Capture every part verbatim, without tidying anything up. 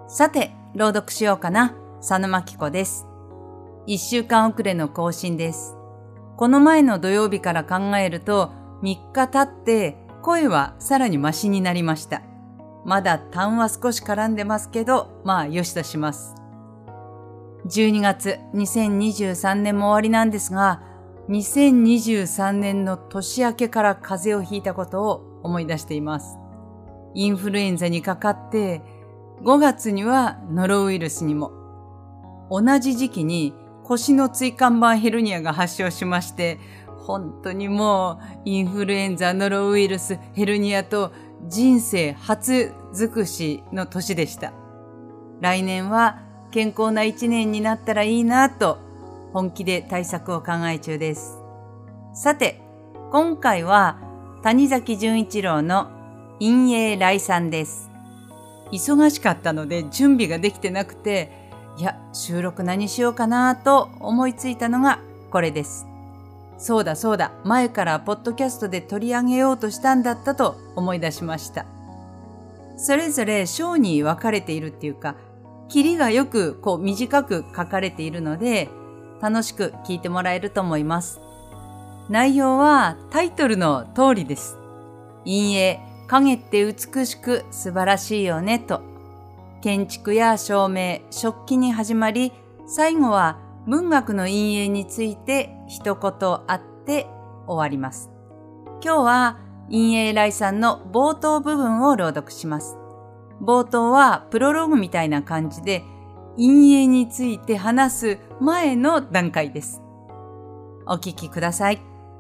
さて、朗読しようかな。佐野真希子です。一週間遅れの更新です。この前の土曜日から考えると、みっか経って声はさらにマシになりました。まだ痰は少し絡んでますけど、まあよしとします。じゅうにがつにせんにじゅうさんねんも終わりなんですが、にせんにじゅうさんねんの年明けから風邪をひいたことを思い出しています。インフルエンザにかかって、ごがつにはノロウイルスにも。同じ時期に腰の椎間板ヘルニアが発症しまして、本当にもうインフルエンザ、ノロウイルス、ヘルニアと人生初尽くしの年でした。来年は健康な一年になったらいいなと本気で対策を考え中です。さて、今回は谷崎潤一郎の陰影来賛です。忙しかったので準備ができてなくて、いや、収録何しようかなと思いついたのがこれです。そうだそうだ、前からポッドキャストで取り上げようとしたんだったと思い出しました。それぞれ章に分かれているっていうか、切りがよくこう短く書かれているので、楽しく聞いてもらえると思います。内容はタイトルの通りです。陰影、影って美しく素晴らしいよねと。建築や照明、食器に始まり、最後は文学の陰影について一言あって終わります。今日は陰影来賛の冒頭部分を朗読します。冒頭はプロローグみたいな感じで、陰影について話す前の段階です。お聞きください。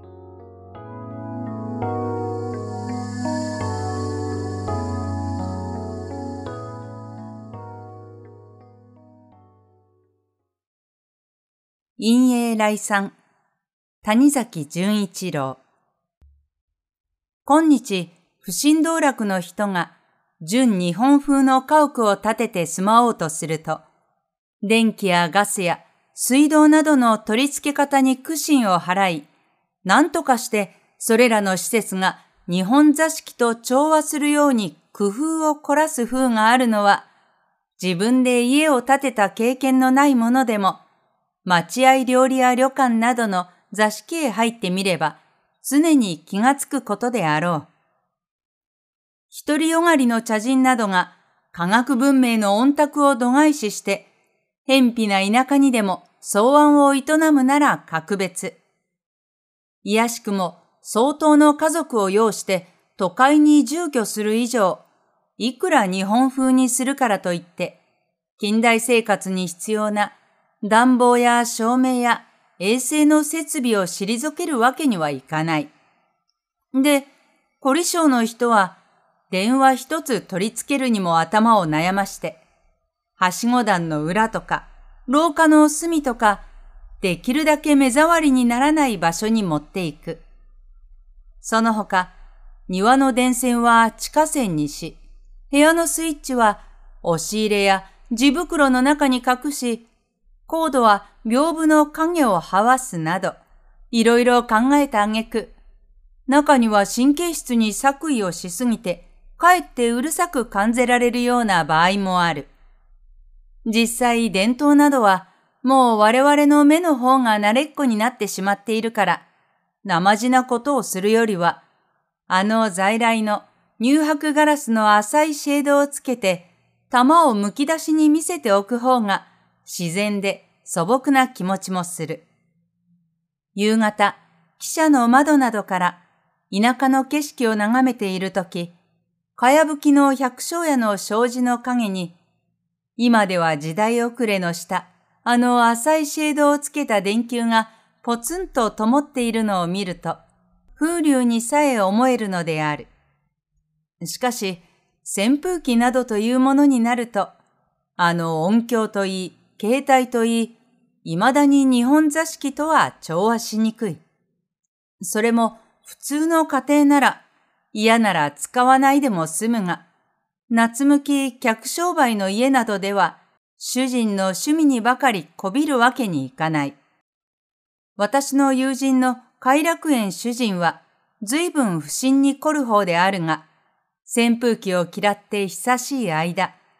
陰影来賛、谷崎潤一郎。今日、不審道楽の人が純日本風の家屋を建てて住まおうとすると、電気やガスや水道などの取り付け方に苦心を払い、何とかしてそれらの施設が日本座敷と調和するように工夫を凝らす風があるのは、自分で家を建てた経験のないものでも、待合料理や旅館などの座敷へ入ってみれば、常に気がつくことであろう。独りよがりの茶人などが科学文明の恩託を度外視して、偏僻な田舎にでも草案を営むなら格別。いやしくも相当の家族を要して都会に住居する以上、いくら日本風にするからといって、近代生活に必要な暖房や照明や衛生の設備を退けるわけにはいかない。で、凝り性の人は電話一つ取り付けるにも頭を悩まして、はしご段の裏とか廊下の隅とか、できるだけ目障りにならない場所に持っていく。その他、庭の電線は地下線にし、部屋のスイッチは押し入れや地袋の中に隠し、コードは屏風の影をはわすなど、いろいろ考えた挙句、中には神経質に作為をしすぎて、かえってうるさく感じられるような場合もある。実際伝統などは、もう我々の目の方が慣れっこになってしまっているから、生地なことをするよりは、あの在来の乳白ガラスの浅いシェードをつけて、玉をむき出しに見せておく方が、自然で素朴な気持ちもする。夕方、汽車の窓などから田舎の景色を眺めているとき、かやぶきの百姓家の障子の影に、今では時代遅れの下、あの浅いシェードをつけた電球がポツンと灯っているのを見ると、風流にさえ思えるのである。しかし、扇風機などというものになると、あの音響といい、携帯といい、未だに日本座敷とは調和しにくい。それも普通の家庭なら、嫌なら使わないでも済むが、夏向き客商売の家などでは、主人の趣味にばかりこびるわけにいかない。私の友人の偕楽園主人は、随分不審に凝る方であるが、扇風機を嫌って久しい間、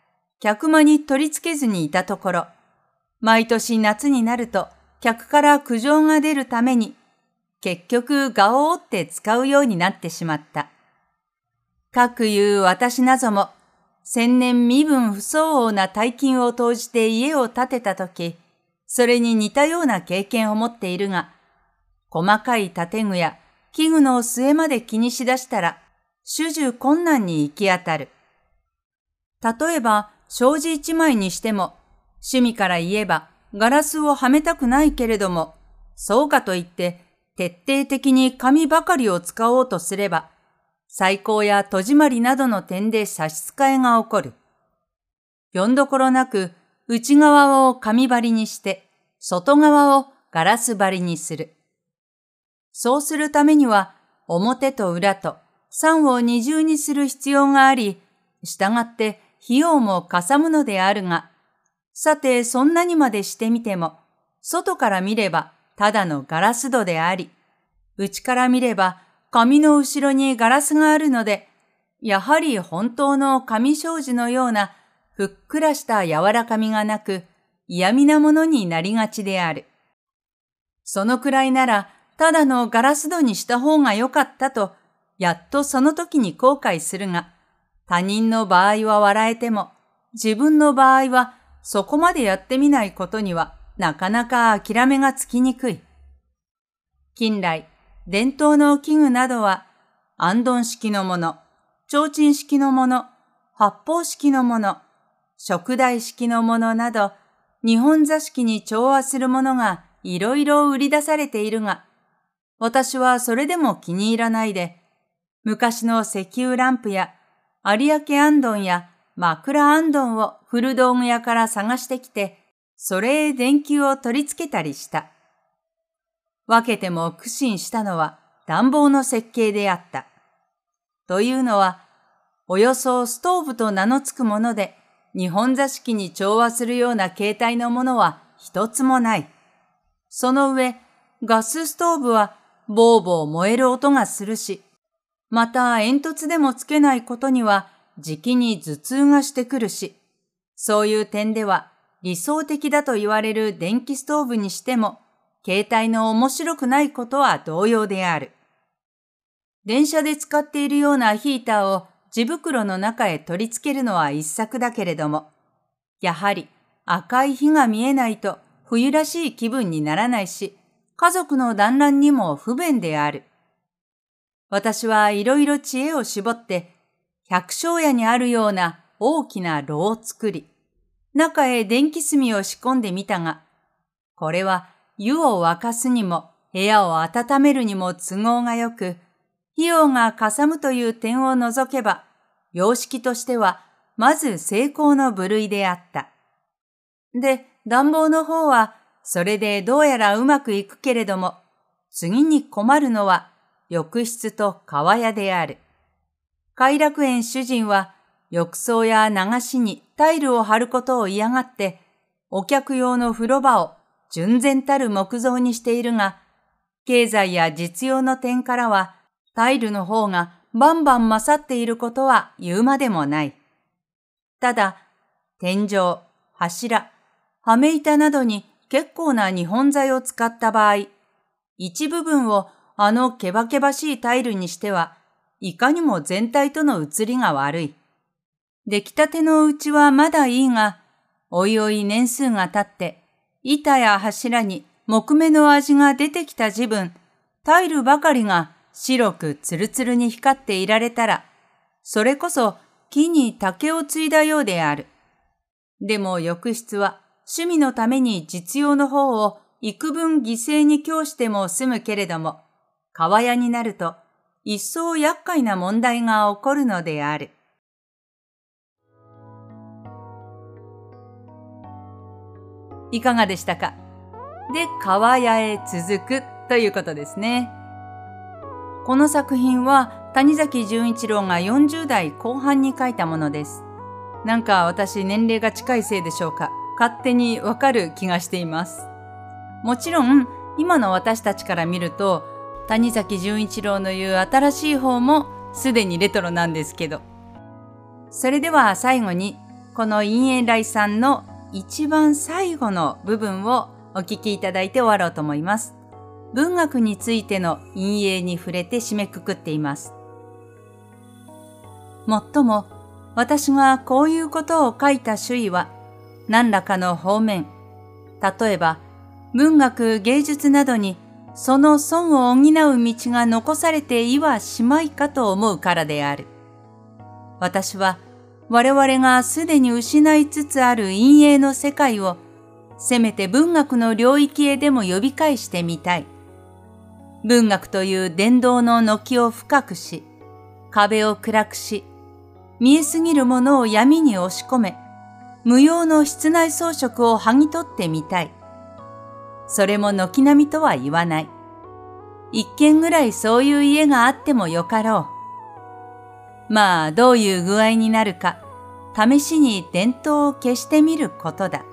客間に取り付けずにいたところ、毎年夏になると客から苦情が出るために、結局蛾を折って使うようになってしまった。かくいう私なぞも、千年身分不相応な大金を投じて家を建てたとき、それに似たような経験を持っているが、細かい建具や器具の末まで気にしだしたら、主従困難に行き当たる。例えば、障子一枚にしても、趣味から言えば、ガラスをはめたくないけれども、そうかといって、徹底的に紙ばかりを使おうとすれば、採光や戸締まりなどの点で差し支えが起こる。よんどころなく、内側を紙張りにして、外側をガラス張りにする。そうするためには、表と裏と三を二重にする必要があり、したがって費用もかさむのであるが、さてそんなにまでしてみても、外から見ればただのガラス戸であり、内から見れば紙の後ろにガラスがあるので、やはり本当の紙障子のようなふっくらした柔らかみがなく、嫌味なものになりがちである。そのくらいなら、ただのガラス戸にした方がよかったと、やっとその時に後悔するが、他人の場合は笑えても、自分の場合はそこまでやってみないことにはなかなか諦めがつきにくい。近来、伝統の器具などは、あんどん式のもの、提灯式のもの、発泡式のもの、燭台式のものなど、日本座敷に調和するものがいろいろ売り出されているが、私はそれでも気に入らないで、昔の石油ランプや有明あんどんや枕あんどんを古道具屋から探してきて、それへ電球を取り付けたりした。分けても苦心したのは暖房の設計であった。というのは、およそストーブと名の付くもので、日本座敷に調和するような形態のものは一つもない。その上、ガスストーブはボーボー燃える音がするし、また煙突でもつけないことにはじきに頭痛がしてくるし、そういう点では理想的だと言われる電気ストーブにしても、形態の面白くないことは同様である。電車で使っているようなヒーターを地袋の中へ取り付けるのは一策だけれども、やはり赤い火が見えないと冬らしい気分にならないし、家族の団らんにも不便である。私はいろいろ知恵を絞って、百姓家にあるような大きな炉を作り、中へ電気炭を仕込んでみたが、これは湯を沸かすにも部屋を温めるにも都合がよく、費用がかさむという点を除けば、様式としてはまず成功の部類であった。で、暖房の方はそれでどうやらうまくいくけれども、次に困るのは浴室と川屋である。偕楽園主人は浴槽や流しにタイルを張ることを嫌がって、お客用の風呂場を純然たる木造にしているが、経済や実用の点からはタイルの方がバンバン勝っていることは言うまでもない。ただ、天井、柱、はめ板などに結構な日本材を使った場合、一部分をあのけばけばしいタイルにしては、いかにも全体との移りが悪い。出来たてのうちはまだいいが、おいおい年数が経って、板や柱に木目の味が出てきた時分、タイルばかりが白くツルツルに光っていられたら、それこそ木に竹を継いだようである。でも浴室は趣味のために実用の方を幾分犠牲に供しても済むけれども、川屋になると一層厄介な問題が起こるのである。いかがでしたか？で、川屋へ続くということですね。この作品は谷崎潤一郎がよんじゅう代後半に書いたものです。なんか私年齢が近いせいでしょうか。勝手にわかる気がしています。もちろん今の私たちから見ると谷崎潤一郎の言う新しい方もすでにレトロなんですけど。それでは最後にこの陰縁来さんの一番最後の部分をお聞きいただいて終わろうと思います。文学についての陰影に触れて締めくくっています。もっとも、私がこういうことを書いた主意は、何らかの方面、例えば文学芸術などにその損を補う道が残されていはしまいかと思うからである。私は我々がすでに失いつつある陰影の世界をせめて文学の領域へでも呼び返してみたい。文学という伝道の軒を深くし、壁を暗くし、見えすぎるものを闇に押し込め、無用の室内装飾を剥ぎ取ってみたい。それも軒並みとは言わない。一軒ぐらいそういう家があってもよかろう。まあ、どういう具合になるか、試しに伝統を消してみることだ。